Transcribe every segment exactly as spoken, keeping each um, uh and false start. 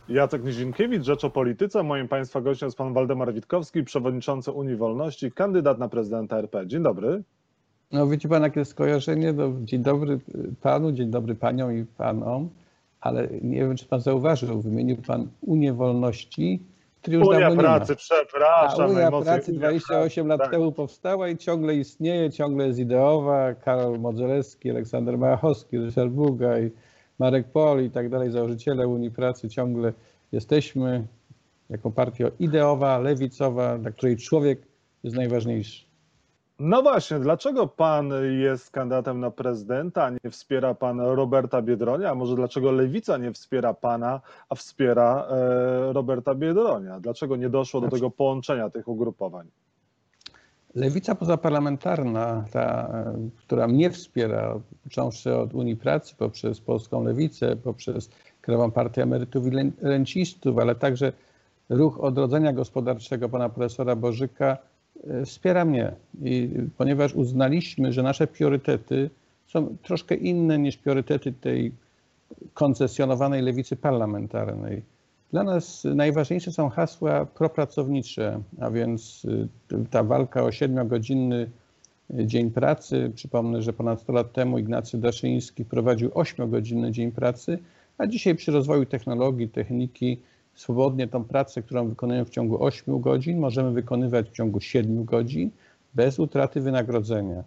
Jacek Nizinkiewicz, Rzecz o Polityce. Moim Państwa gościem jest pan Waldemar Witkowski, przewodniczący Unii Wolności, kandydat na prezydenta R P. Dzień dobry. No widzi pan, jakie skojarzenie. No, dzień dobry panu, dzień dobry paniom i panom, ale nie wiem, czy pan zauważył, wymienił pan Unię Wolności, której już Unia dawno Pracy, nie ma. przepraszam. A Unia najmocniej. Pracy dwadzieścia osiem lat tak. temu powstała i ciągle istnieje, ciągle jest ideowa. Karol Modzelewski, Aleksander Małachowski, Ryszard Bugaj, Marek Pol i tak dalej, założyciele Unii Pracy, ciągle jesteśmy jako partia ideowa, lewicowa, dla której człowiek jest najważniejszy. No właśnie, dlaczego pan jest kandydatem na prezydenta, a nie wspiera pan Roberta Biedronia? A może dlaczego Lewica nie wspiera pana, a wspiera e, Roberta Biedronia? Dlaczego nie doszło do tego połączenia tych ugrupowań? Lewica pozaparlamentarna, ta, która mnie wspiera, począwszy od Unii Pracy, poprzez Polską Lewicę, poprzez Krajową Partię Emerytów i Rencistów, ale także Ruch Odrodzenia Gospodarczego pana profesora Bożyka, wspiera mnie. I ponieważ uznaliśmy, że nasze priorytety są troszkę inne niż priorytety tej koncesjonowanej lewicy parlamentarnej. Dla nas najważniejsze są hasła propracownicze, a więc ta walka o siedmiogodzinny dzień pracy. Przypomnę, że ponad sto lat temu Ignacy Daszyński wprowadził ośmiogodzinny dzień pracy, a dzisiaj przy rozwoju technologii, techniki swobodnie tą pracę, którą wykonujemy w ciągu ośmiu godzin, możemy wykonywać w ciągu siedmiu godzin bez utraty wynagrodzenia.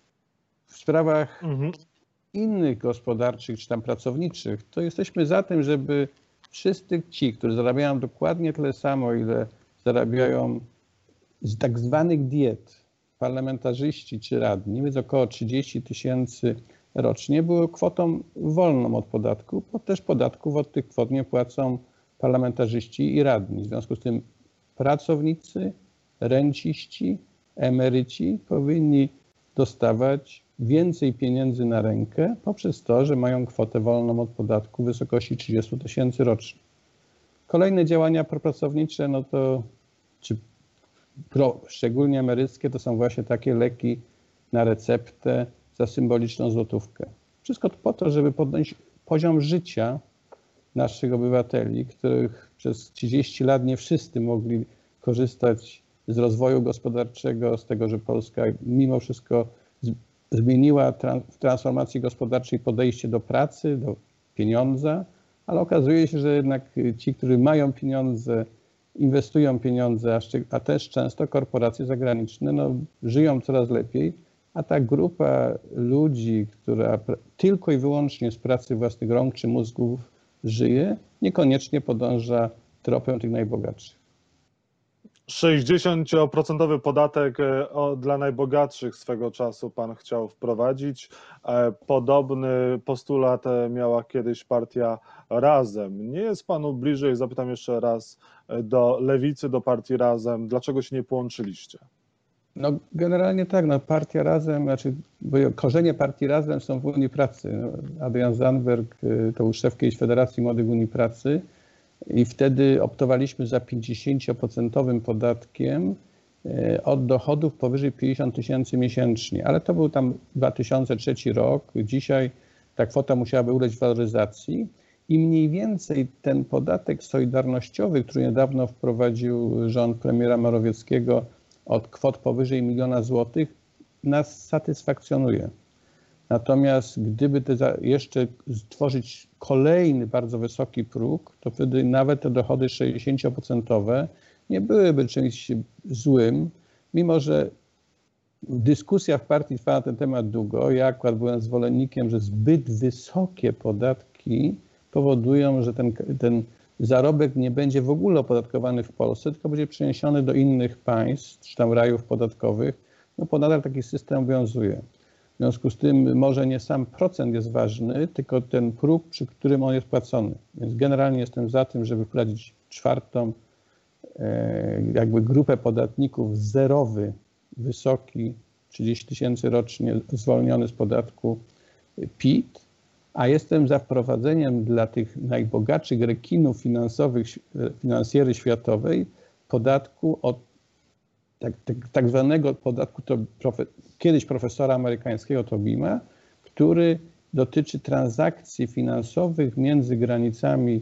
W sprawach mhm. innych gospodarczych czy tam pracowniczych, to jesteśmy za tym, żeby wszyscy ci, którzy zarabiają dokładnie tyle samo, ile zarabiają z tak zwanych diet, parlamentarzyści czy radni, więc około trzydzieści tysięcy rocznie, było kwotą wolną od podatku, bo też podatków od tych kwot nie płacą parlamentarzyści i radni. W związku z tym pracownicy, renciści, emeryci powinni dostawać więcej pieniędzy na rękę poprzez to, że mają kwotę wolną od podatku w wysokości trzydzieści tysięcy rocznie. Kolejne działania propracownicze, no to czy pro, szczególnie emeryckie, to są właśnie takie leki na receptę za symboliczną złotówkę. Wszystko to po to, żeby podnieść poziom życia naszych obywateli, których przez trzydzieści lat nie wszyscy mogli korzystać z rozwoju gospodarczego, z tego, że Polska mimo wszystko zmieniła w transformacji gospodarczej podejście do pracy, do pieniądza, ale okazuje się, że jednak ci, którzy mają pieniądze, inwestują pieniądze, a też często korporacje zagraniczne, no, żyją coraz lepiej, a ta grupa ludzi, która tylko i wyłącznie z pracy własnych rąk czy mózgów żyje, niekoniecznie podąża tropem tych najbogatszych. sześćdziesięcioprocentowy podatek dla najbogatszych swego czasu pan chciał wprowadzić. Podobny postulat miała kiedyś partia Razem. Nie jest panu bliżej, zapytam jeszcze raz, do Lewicy, do partii Razem. Dlaczego się nie połączyliście? No generalnie tak, no partia Razem, znaczy korzenie partii Razem są w Unii Pracy. Adrian Zandberg to był szef kiedyś Federacji Młodych Unii Pracy i wtedy optowaliśmy za pięćdziesięcioprocentowym podatkiem od dochodów powyżej pięćdziesiąt tysięcy miesięcznie, ale to był tam dwa tysiące trzeci rok. Dzisiaj ta kwota musiałaby ulec waloryzacji i mniej więcej ten podatek solidarnościowy, który niedawno wprowadził rząd premiera Morawieckiego, od kwot powyżej miliona złotych, nas satysfakcjonuje. Natomiast gdyby te jeszcze stworzyć kolejny bardzo wysoki próg, to wtedy nawet te dochody sześćdziesięcioprocentowe nie byłyby czymś złym, mimo że dyskusja w partii trwała na ten temat długo. Ja akurat byłem zwolennikiem, że zbyt wysokie podatki powodują, że ten, ten zarobek nie będzie w ogóle opodatkowany w Polsce, tylko będzie przeniesiony do innych państw, czy tam rajów podatkowych, no bo nadal taki system obowiązuje. W związku z tym może nie sam procent jest ważny, tylko ten próg, przy którym on jest płacony. Więc generalnie jestem za tym, żeby wprowadzić czwartą jakby grupę podatników zerowy, wysoki, trzydzieści tysięcy rocznie zwolniony z podatku P I T, a jestem za wprowadzeniem dla tych najbogatszych rekinów finansowych, finansjery światowej, podatku od tak, tak, tak zwanego podatku to profe, kiedyś profesora amerykańskiego Tobima, który dotyczy transakcji finansowych między granicami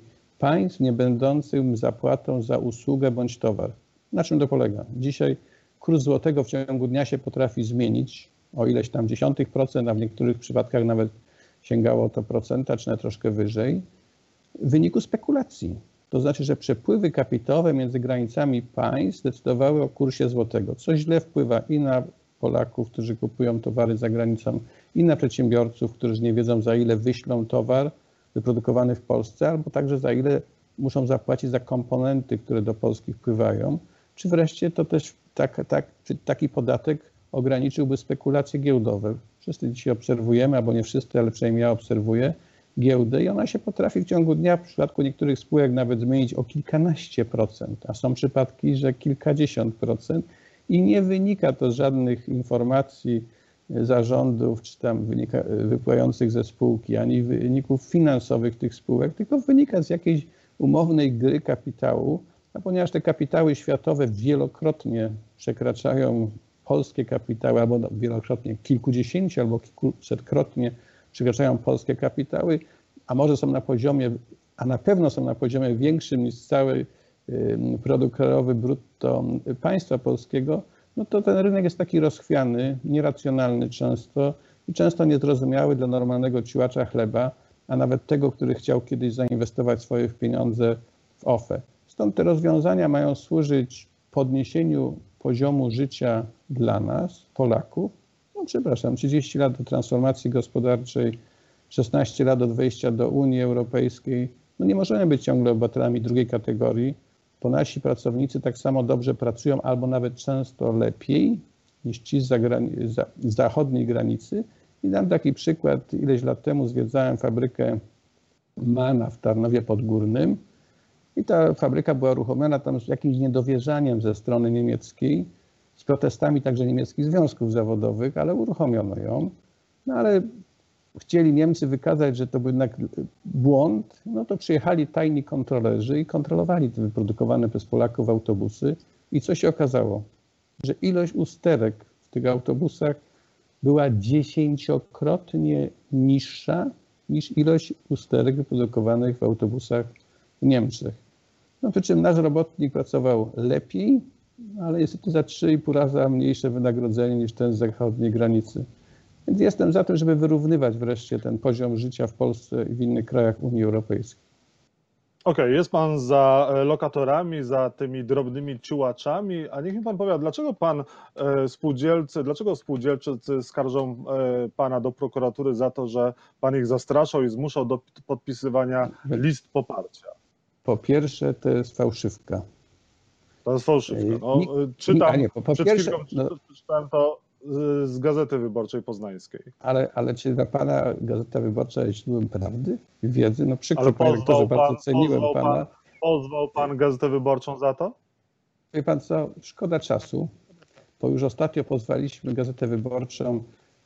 państw nie będącym zapłatą za usługę bądź towar. Na czym to polega? Dzisiaj kurs złotego w ciągu dnia się potrafi zmienić o ileś tam dziesiątych procent, a w niektórych przypadkach nawet sięgało to procenta, czy nawet troszkę wyżej, w wyniku spekulacji. To znaczy, że przepływy kapitałowe między granicami państw decydowały o kursie złotego, co źle wpływa i na Polaków, którzy kupują towary za granicą, i na przedsiębiorców, którzy nie wiedzą, za ile wyślą towar wyprodukowany w Polsce, albo także za ile muszą zapłacić za komponenty, które do Polski wpływają. Czy wreszcie to też tak, tak, czy taki podatek ograniczyłby spekulacje giełdowe. Wszyscy dzisiaj obserwujemy, albo nie wszyscy, ale przynajmniej ja obserwuję giełdę i ona się potrafi w ciągu dnia w przypadku niektórych spółek nawet zmienić o kilkanaście procent, a są przypadki, że kilkadziesiąt procent i nie wynika to z żadnych informacji zarządów czy tam wynika, wypływających ze spółki, ani wyników finansowych tych spółek, tylko wynika z jakiejś umownej gry kapitału, a ponieważ te kapitały światowe wielokrotnie przekraczają polskie kapitały, albo wielokrotnie, kilkudziesięciu albo kilkusetkrotnie przekraczają polskie kapitały, a może są na poziomie, a na pewno są na poziomie większym niż cały produkt krajowy brutto państwa polskiego, no to ten rynek jest taki rozchwiany, nieracjonalny często i często niezrozumiały dla normalnego ciułacza chleba, a nawet tego, który chciał kiedyś zainwestować swoje pieniądze w O F E. Stąd te rozwiązania mają służyć podniesieniu poziomu życia dla nas, Polaków. No przepraszam, trzydzieści lat do transformacji gospodarczej, szesnaście lat od wejścia do Unii Europejskiej. No nie możemy być ciągle obywatelami drugiej kategorii, bo nasi pracownicy tak samo dobrze pracują, albo nawet często lepiej niż ci z zachodniej granicy. I dam taki przykład. Ileś lat temu zwiedzałem fabrykę Mana w Tarnowie Podgórnym i ta fabryka była uruchomiona tam z jakimś niedowierzaniem ze strony niemieckiej, z protestami także niemieckich związków zawodowych, ale uruchomiono ją. No ale chcieli Niemcy wykazać, że to był jednak błąd, no to przyjechali tajni kontrolerzy i kontrolowali te wyprodukowane przez Polaków autobusy. I co się okazało? Że ilość usterek w tych autobusach była dziesięciokrotnie niższa niż ilość usterek wyprodukowanych w autobusach w Niemczech. No przy czym nasz robotnik pracował lepiej, ale jest to za trzy i pół raza mniejsze wynagrodzenie niż ten z zachodniej granicy. Więc jestem za tym, żeby wyrównywać wreszcie ten poziom życia w Polsce i w innych krajach Unii Europejskiej. Okej, okay, jest pan za lokatorami, za tymi drobnymi ciułaczami, a niech mi pan powie, dlaczego pan spółdzielcy, dlaczego spółdzielczycy skarżą pana do prokuratury za to, że pan ich zastraszał i zmuszał do podpisywania list poparcia? Po pierwsze, to jest fałszywka. To jest fałszywka. No, czytam, nie, po, po przed pierwsze, chwilką no, czytałem to z Gazety Wyborczej Poznańskiej. Ale, ale czy dla pana Gazeta Wyborcza jest źródłem prawdy i wiedzy? No przykro, panie rektorze, bardzo ceniłem pozwał pana. Pan, pozwał pan Gazetę Wyborczą za to? Wie pan co, szkoda czasu, bo już ostatnio pozwaliśmy Gazetę Wyborczą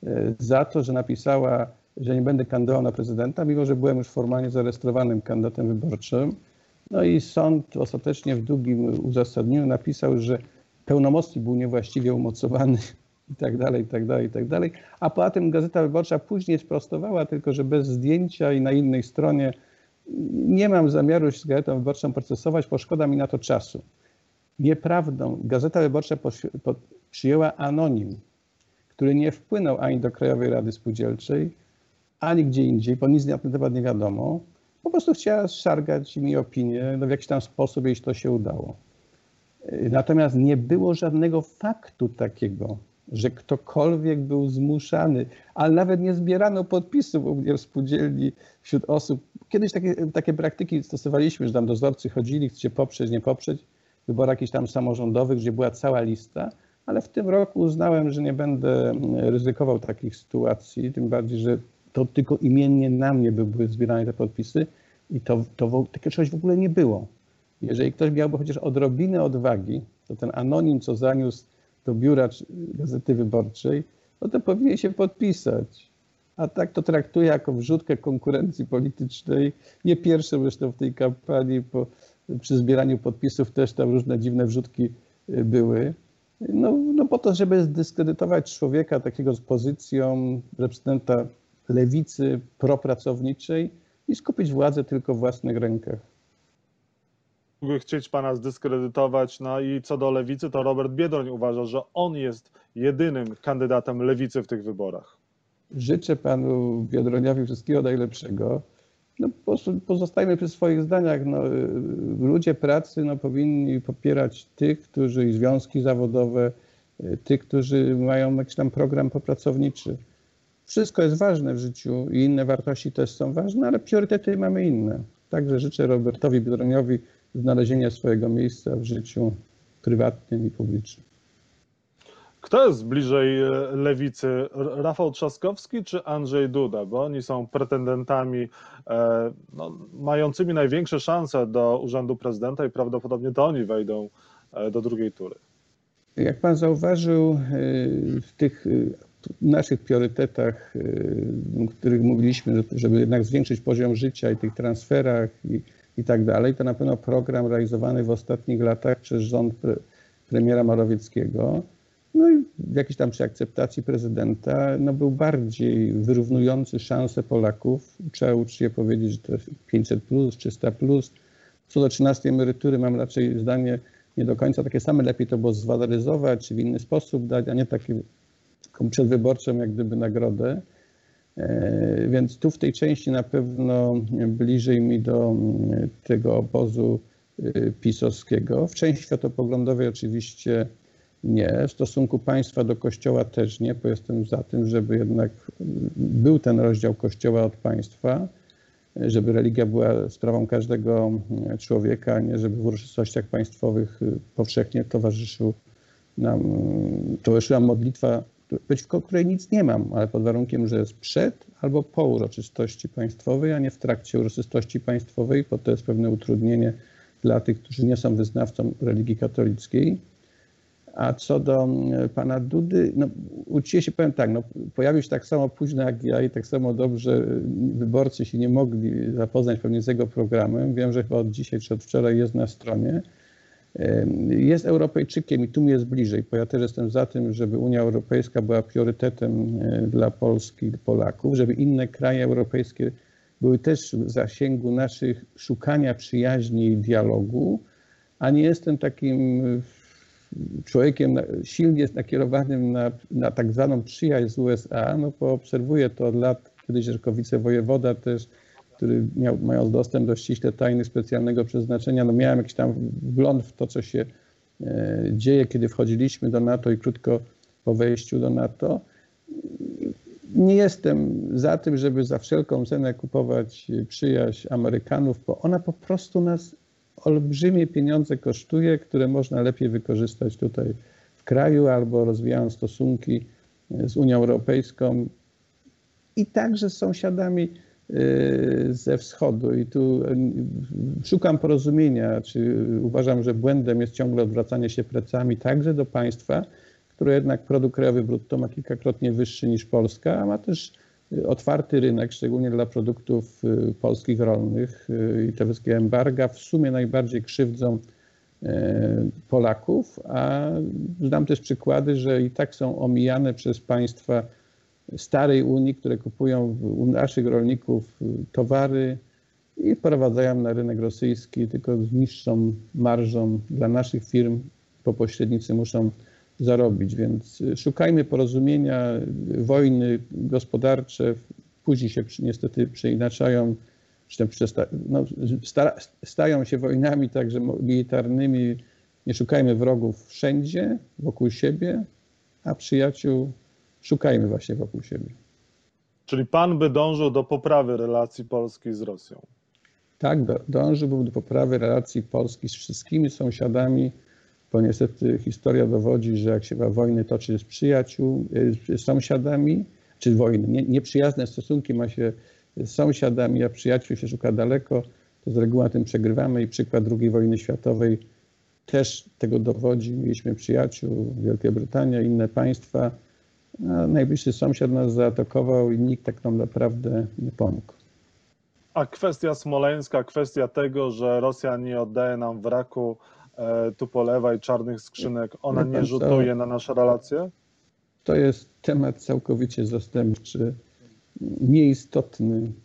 za to, że napisała, że nie będę kandydował na prezydenta, mimo że byłem już formalnie zarejestrowanym kandydatem wyborczym. No i sąd ostatecznie w długim uzasadnieniu napisał, że pełnomocnik był niewłaściwie umocowany i tak dalej, i tak dalej, i tak dalej. A poza tym Gazeta Wyborcza później sprostowała, tylko że bez zdjęcia i na innej stronie. Nie mam zamiaru się z Gazetą Wyborczą procesować, bo szkoda mi na to czasu. Nieprawdą. Gazeta Wyborcza przyjęła anonim, który nie wpłynął ani do Krajowej Rady Spółdzielczej, ani gdzie indziej, bo nic na ten temat nie wiadomo. Po prostu chciała szargać mi opinię, no w jakiś tam sposób jej to się udało. Natomiast nie było żadnego faktu takiego, że ktokolwiek był zmuszany, ale nawet nie zbierano podpisów u mnie w spółdzielni wśród osób. Kiedyś takie, takie praktyki stosowaliśmy, że tam dozorcy chodzili, chcecie poprzeć, nie poprzeć, w wyborach jakichś tam samorządowych, gdzie była cała lista, ale w tym roku uznałem, że nie będę ryzykował takich sytuacji, tym bardziej, że to tylko imiennie na mnie by były zbierane te podpisy i to, to takiego czegoś w ogóle nie było. Jeżeli ktoś miałby chociaż odrobinę odwagi, to ten anonim, co zaniósł do biura Gazety Wyborczej, no to powinien się podpisać. A tak to traktuje jako wrzutkę konkurencji politycznej. Nie pierwsze zresztą w tej kampanii, bo przy zbieraniu podpisów też tam różne dziwne wrzutki były. No, no po to, żeby zdyskredytować człowieka takiego z pozycją reprezentanta lewicy propracowniczej i skupić władzę tylko w własnych rękach. Mógłby chcieć pana zdyskredytować. No i co do lewicy, to Robert Biedroń uważa, że on jest jedynym kandydatem lewicy w tych wyborach. Życzę panu Biedroniowi wszystkiego najlepszego. No, pozostajmy przy swoich zdaniach. No, ludzie pracy no, powinni popierać tych, którzy i związki zawodowe, tych, którzy mają jakiś tam program popracowniczy. Wszystko jest ważne w życiu i inne wartości też są ważne, ale priorytety mamy inne. Także życzę Robertowi Biedroniowi znalezienia swojego miejsca w życiu prywatnym i publicznym. Kto jest bliżej lewicy? Rafał Trzaskowski czy Andrzej Duda? Bo oni są pretendentami no, mającymi największe szanse do urzędu prezydenta i prawdopodobnie to oni wejdą do drugiej tury. Jak pan zauważył, w tych naszych priorytetach, o których mówiliśmy, żeby jednak zwiększyć poziom życia i tych transferach i, i tak dalej, to na pewno program realizowany w ostatnich latach przez rząd pre, premiera Morawieckiego, no i w jakiejś tam przy akceptacji prezydenta, no był bardziej wyrównujący szanse Polaków. Trzeba uczciwie powiedzieć, że to jest pięćset plus, trzysta plus. Co do trzynastej emerytury mam raczej zdanie nie do końca takie same. Lepiej to było zwaloryzować, czy w inny sposób dać, a nie taką przedwyborczą jak gdyby nagrodę. Więc tu w tej części na pewno bliżej mi do tego obozu pisowskiego. W części światopoglądowej oczywiście nie. W stosunku państwa do Kościoła też nie, bo jestem za tym, żeby jednak był ten rozdział Kościoła od państwa, żeby religia była sprawą każdego człowieka, a nie żeby w uroczystościach państwowych powszechnie towarzyszył nam, towarzyszyła modlitwa, przeciwko której nic nie mam, ale pod warunkiem, że jest przed albo po uroczystości państwowej, a nie w trakcie uroczystości państwowej, bo to jest pewne utrudnienie dla tych, którzy nie są wyznawcą religii katolickiej. A co do pana Dudy, no uczciwie się powiem tak, no, pojawił się tak samo późno jak ja i tak samo dobrze wyborcy się nie mogli zapoznać pewnie z jego programem. Wiem, że chyba od dzisiaj czy od wczoraj jest na stronie. Jest Europejczykiem i tu mi jest bliżej, bo ja też jestem za tym, żeby Unia Europejska była priorytetem dla Polski i Polaków, żeby inne kraje europejskie były też w zasięgu naszych szukania przyjaźni i dialogu, a nie jestem takim człowiekiem silnie nakierowanym na, na tak zwaną przyjaźń z U S A, no bo obserwuję to od lat, kiedyś jako wicewojewoda też, który miał, mając dostęp do ściśle tajnych specjalnego przeznaczenia, no miałem jakiś tam wgląd w to, co się e, dzieje, kiedy wchodziliśmy do NATO i krótko po wejściu do NATO. Nie jestem za tym, żeby za wszelką cenę kupować przyjaźń Amerykanów, bo ona po prostu nas olbrzymie pieniądze kosztuje, które można lepiej wykorzystać tutaj w kraju albo rozwijając stosunki z Unią Europejską i także z sąsiadami ze wschodu. I tu szukam porozumienia, czy uważam, że błędem jest ciągle odwracanie się plecami także do państwa, które jednak produkt krajowy brutto ma kilkakrotnie wyższy niż Polska, a ma też otwarty rynek, szczególnie dla produktów polskich rolnych i te wszystkie embarga w sumie najbardziej krzywdzą Polaków, a znam też przykłady, że i tak są omijane przez państwa starej Unii, które kupują u naszych rolników towary i wprowadzają na rynek rosyjski tylko z niższą marżą dla naszych firm, bo pośrednicy muszą zarobić, więc szukajmy porozumienia. Wojny gospodarcze później się niestety przeinaczają, czy no, stają się wojnami także militarnymi. Nie szukajmy wrogów wszędzie, wokół siebie, a przyjaciół szukajmy właśnie wokół siebie. Czyli pan by dążył do poprawy relacji Polski z Rosją? Tak, dążyłbym do poprawy relacji Polski z wszystkimi sąsiadami, bo niestety historia dowodzi, że jak się ma wojny toczy z przyjaciół, z sąsiadami, czy wojny, nie, nieprzyjazne stosunki ma się z sąsiadami, a przyjaciół się szuka daleko, to z reguły na tym przegrywamy i przykład drugiej wojny światowej też tego dowodzi. Mieliśmy przyjaciół, Wielka Brytania, inne państwa, a najbliższy sąsiad nas zaatakował i nikt tak nam naprawdę nie pomógł. A kwestia smoleńska, kwestia tego, że Rosja nie oddaje nam wraku Tupolewa i czarnych skrzynek, ona nie rzutuje na nasze relacje? To jest temat całkowicie zastępczy, nieistotny.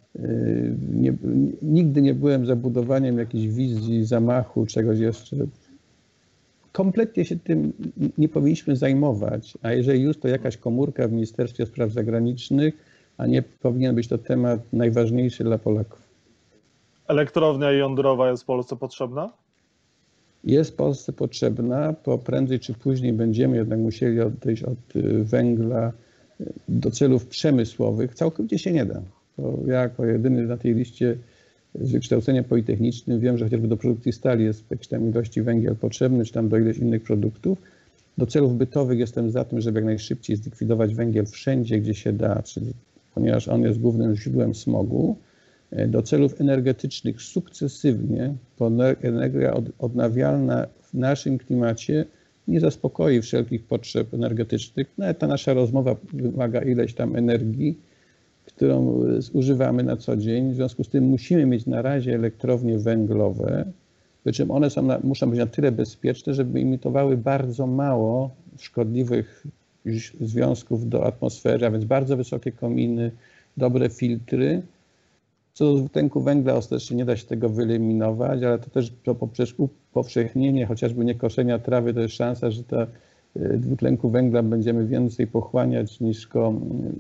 Nie, nigdy nie byłem za budowaniem jakiejś wizji, zamachu, czegoś jeszcze. Kompletnie się tym nie powinniśmy zajmować, a jeżeli już, to jakaś komórka w Ministerstwie Spraw Zagranicznych, a nie powinien być to temat najważniejszy dla Polaków. Elektrownia jądrowa jest w Polsce potrzebna? Jest Polsce potrzebna, bo prędzej czy później będziemy jednak musieli odejść od węgla do celów przemysłowych. Całkowicie się nie da. To ja jako jedyny na tej liście z wykształceniem politechnicznym wiem, że chociażby do produkcji stali jest w jakiejś tam ilości węgiel potrzebny, czy tam do ileś innych produktów. Do celów bytowych jestem za tym, żeby jak najszybciej zlikwidować węgiel wszędzie, gdzie się da, czyli, ponieważ on jest głównym źródłem smogu. Do celów energetycznych sukcesywnie, bo energia odnawialna w naszym klimacie nie zaspokoi wszelkich potrzeb energetycznych. Nawet ta nasza rozmowa wymaga ileś tam energii, którą zużywamy na co dzień. W związku z tym musimy mieć na razie elektrownie węglowe, przy czym one są na, muszą być na tyle bezpieczne, żeby emitowały bardzo mało szkodliwych związków do atmosfery, a więc bardzo wysokie kominy, dobre filtry. Co do dwutlenku węgla ostatecznie nie da się tego wyeliminować, ale to też to poprzez upowszechnienie chociażby niekoszenia trawy to jest szansa, że ta dwutlenku węgla będziemy więcej pochłaniać niż go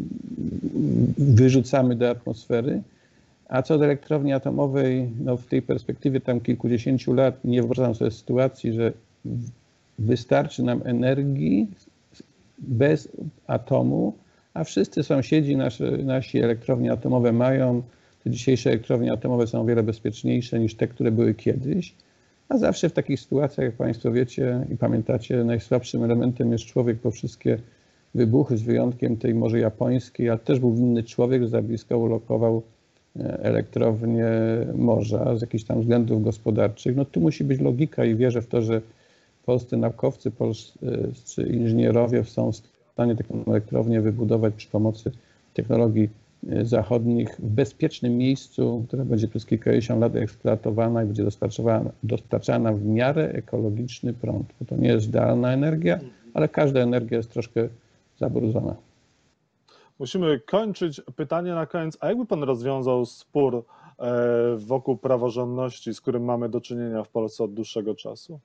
wyrzucamy do atmosfery. A co do elektrowni atomowej, no w tej perspektywie tam kilkudziesięciu lat nie wyobrażam sobie sytuacji, że wystarczy nam energii bez atomu, a wszyscy sąsiedzi nasze, nasi elektrownie atomowe mają. Te dzisiejsze elektrownie atomowe są o wiele bezpieczniejsze niż te, które były kiedyś. A zawsze w takich sytuacjach, jak Państwo wiecie i pamiętacie, najsłabszym elementem jest człowiek, po wszystkie wybuchy, z wyjątkiem tej może japońskiej, ale też był winny człowiek, że za blisko ulokował elektrownię morza z jakichś tam względów gospodarczych. No tu musi być logika i wierzę w to, że polscy naukowcy, polscy inżynierowie są w stanie taką elektrownię wybudować przy pomocy technologii zachodnich w bezpiecznym miejscu, które będzie przez kilkadziesiąt lat eksploatowana i będzie dostarczana, dostarczana w miarę ekologiczny prąd. Bo to nie jest idealna energia, ale każda energia jest troszkę zabrudzona. Musimy kończyć. Pytanie na koniec. A jakby Pan rozwiązał spór wokół praworządności, z którym mamy do czynienia w Polsce od dłuższego czasu?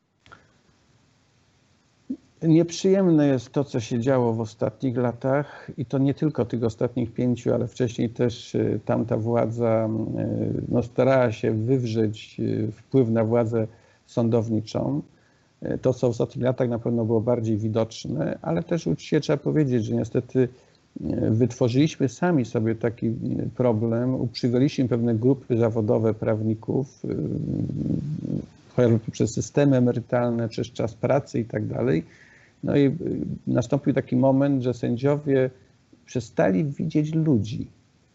Nieprzyjemne jest to, co się działo w ostatnich latach i to nie tylko tych ostatnich pięciu, ale wcześniej też tamta władza no, starała się wywrzeć wpływ na władzę sądowniczą. To, co w ostatnich latach na pewno było bardziej widoczne, ale też uczciwie trzeba powiedzieć, że niestety wytworzyliśmy sami sobie taki problem, uprzywilejiliśmy pewne grupy zawodowe prawników, chociażby przez systemy emerytalne, przez czas pracy i tak dalej. No i nastąpił taki moment, że sędziowie przestali widzieć ludzi.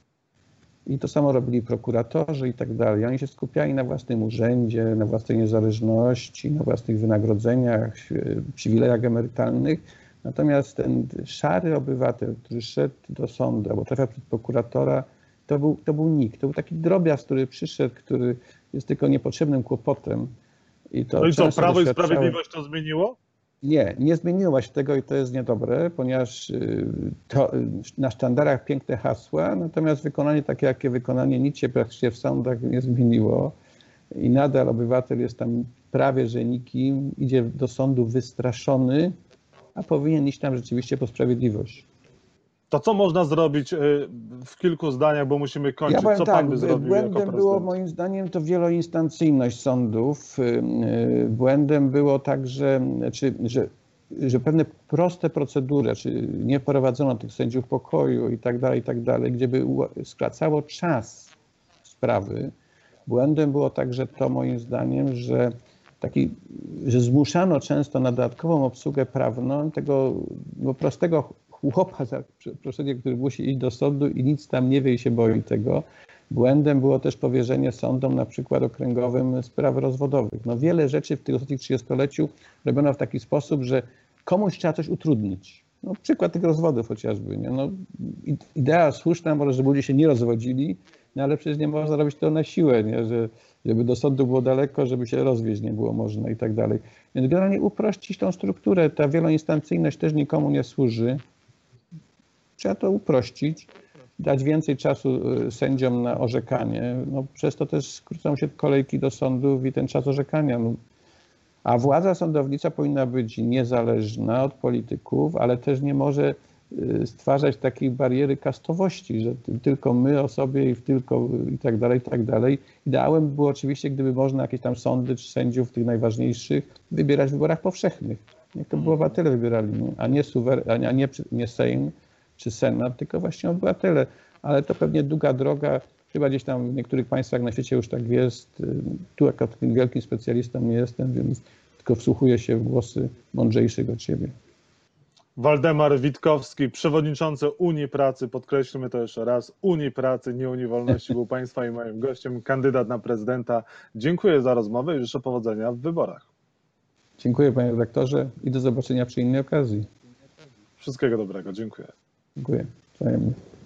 I to samo robili prokuratorzy i tak dalej. Oni się skupiali na własnym urzędzie, na własnej niezależności, na własnych wynagrodzeniach, przywilejach emerytalnych. Natomiast ten szary obywatel, który szedł do sądu albo trafiał przed prokuratora, to był, to był nikt. To był taki drobiazg, który przyszedł, który jest tylko niepotrzebnym kłopotem. I to no i co, Prawo i doświadczałem... Sprawiedliwość to zmieniło? Nie, nie zmieniło się tego i to jest niedobre, ponieważ to, na sztandarach piękne hasła, natomiast wykonanie takie, jakie wykonanie, nic się praktycznie w sądach nie zmieniło i nadal obywatel jest tam prawie że nikim, idzie do sądu wystraszony, a powinien iść tam rzeczywiście po sprawiedliwość. To co można zrobić w kilku zdaniach, bo musimy kończyć? Ja Co tak, Pan by zrobił jako błędem prezydent? było moim zdaniem to wieloinstancyjność sądów. Błędem było także, znaczy, że, że pewne proste procedury, czy nie prowadzono tych sędziów pokoju i tak dalej, i tak dalej, gdzie by skracało czas sprawy. Błędem było także to moim zdaniem, że taki, że zmuszano często na dodatkową obsługę prawną tego no, prostego chłopa, za przeproszenie, który musi iść do sądu i nic tam nie wie i się boi tego. Błędem było też powierzenie sądom na przykład okręgowym spraw rozwodowych. No wiele rzeczy w tym ostatnim trzydziestoleciu robiono w taki sposób, że komuś trzeba coś utrudnić. No, przykład tych rozwodów chociażby. Nie? No, idea słuszna może, żeby ludzie się nie rozwodzili, no, ale przecież nie można robić to na siłę, nie? Że, żeby do sądu było daleko, żeby się rozwieść nie było można i tak dalej. Więc generalnie uprościć tą strukturę. Ta wieloinstancyjność też nikomu nie służy. Trzeba to uprościć. dać więcej czasu sędziom na orzekanie. No, przez to też skrócą się kolejki do sądów i ten czas orzekania. No, a władza sądownicza powinna być niezależna od polityków, ale też nie może stwarzać takiej bariery kastowości, że tylko my o sobie i tylko i tak dalej, i tak dalej. Ideałem było oczywiście, gdyby można jakieś tam sądy czy sędziów tych najważniejszych wybierać w wyborach powszechnych. Niech to było obywatele wybierali, nie? A, nie suwer, a nie, nie Sejm czy Senat, tylko właśnie obywatele. Ale to pewnie długa droga. Chyba gdzieś tam w niektórych państwach na świecie już tak jest. Tu akurat takim wielkim specjalistą nie jestem, więc tylko wsłuchuję się w głosy mądrzejszych od siebie. Waldemar Witkowski, przewodniczący Unii Pracy, podkreślmy to jeszcze raz, Unii Pracy, nie Unii Wolności, był Państwa i moim gościem, kandydat na prezydenta. Dziękuję za rozmowę i życzę powodzenia w wyborach. Dziękuję panie redaktorze i do zobaczenia przy innej okazji. Wszystkiego dobrego, dziękuję. Dziękuję. Wzajemnie.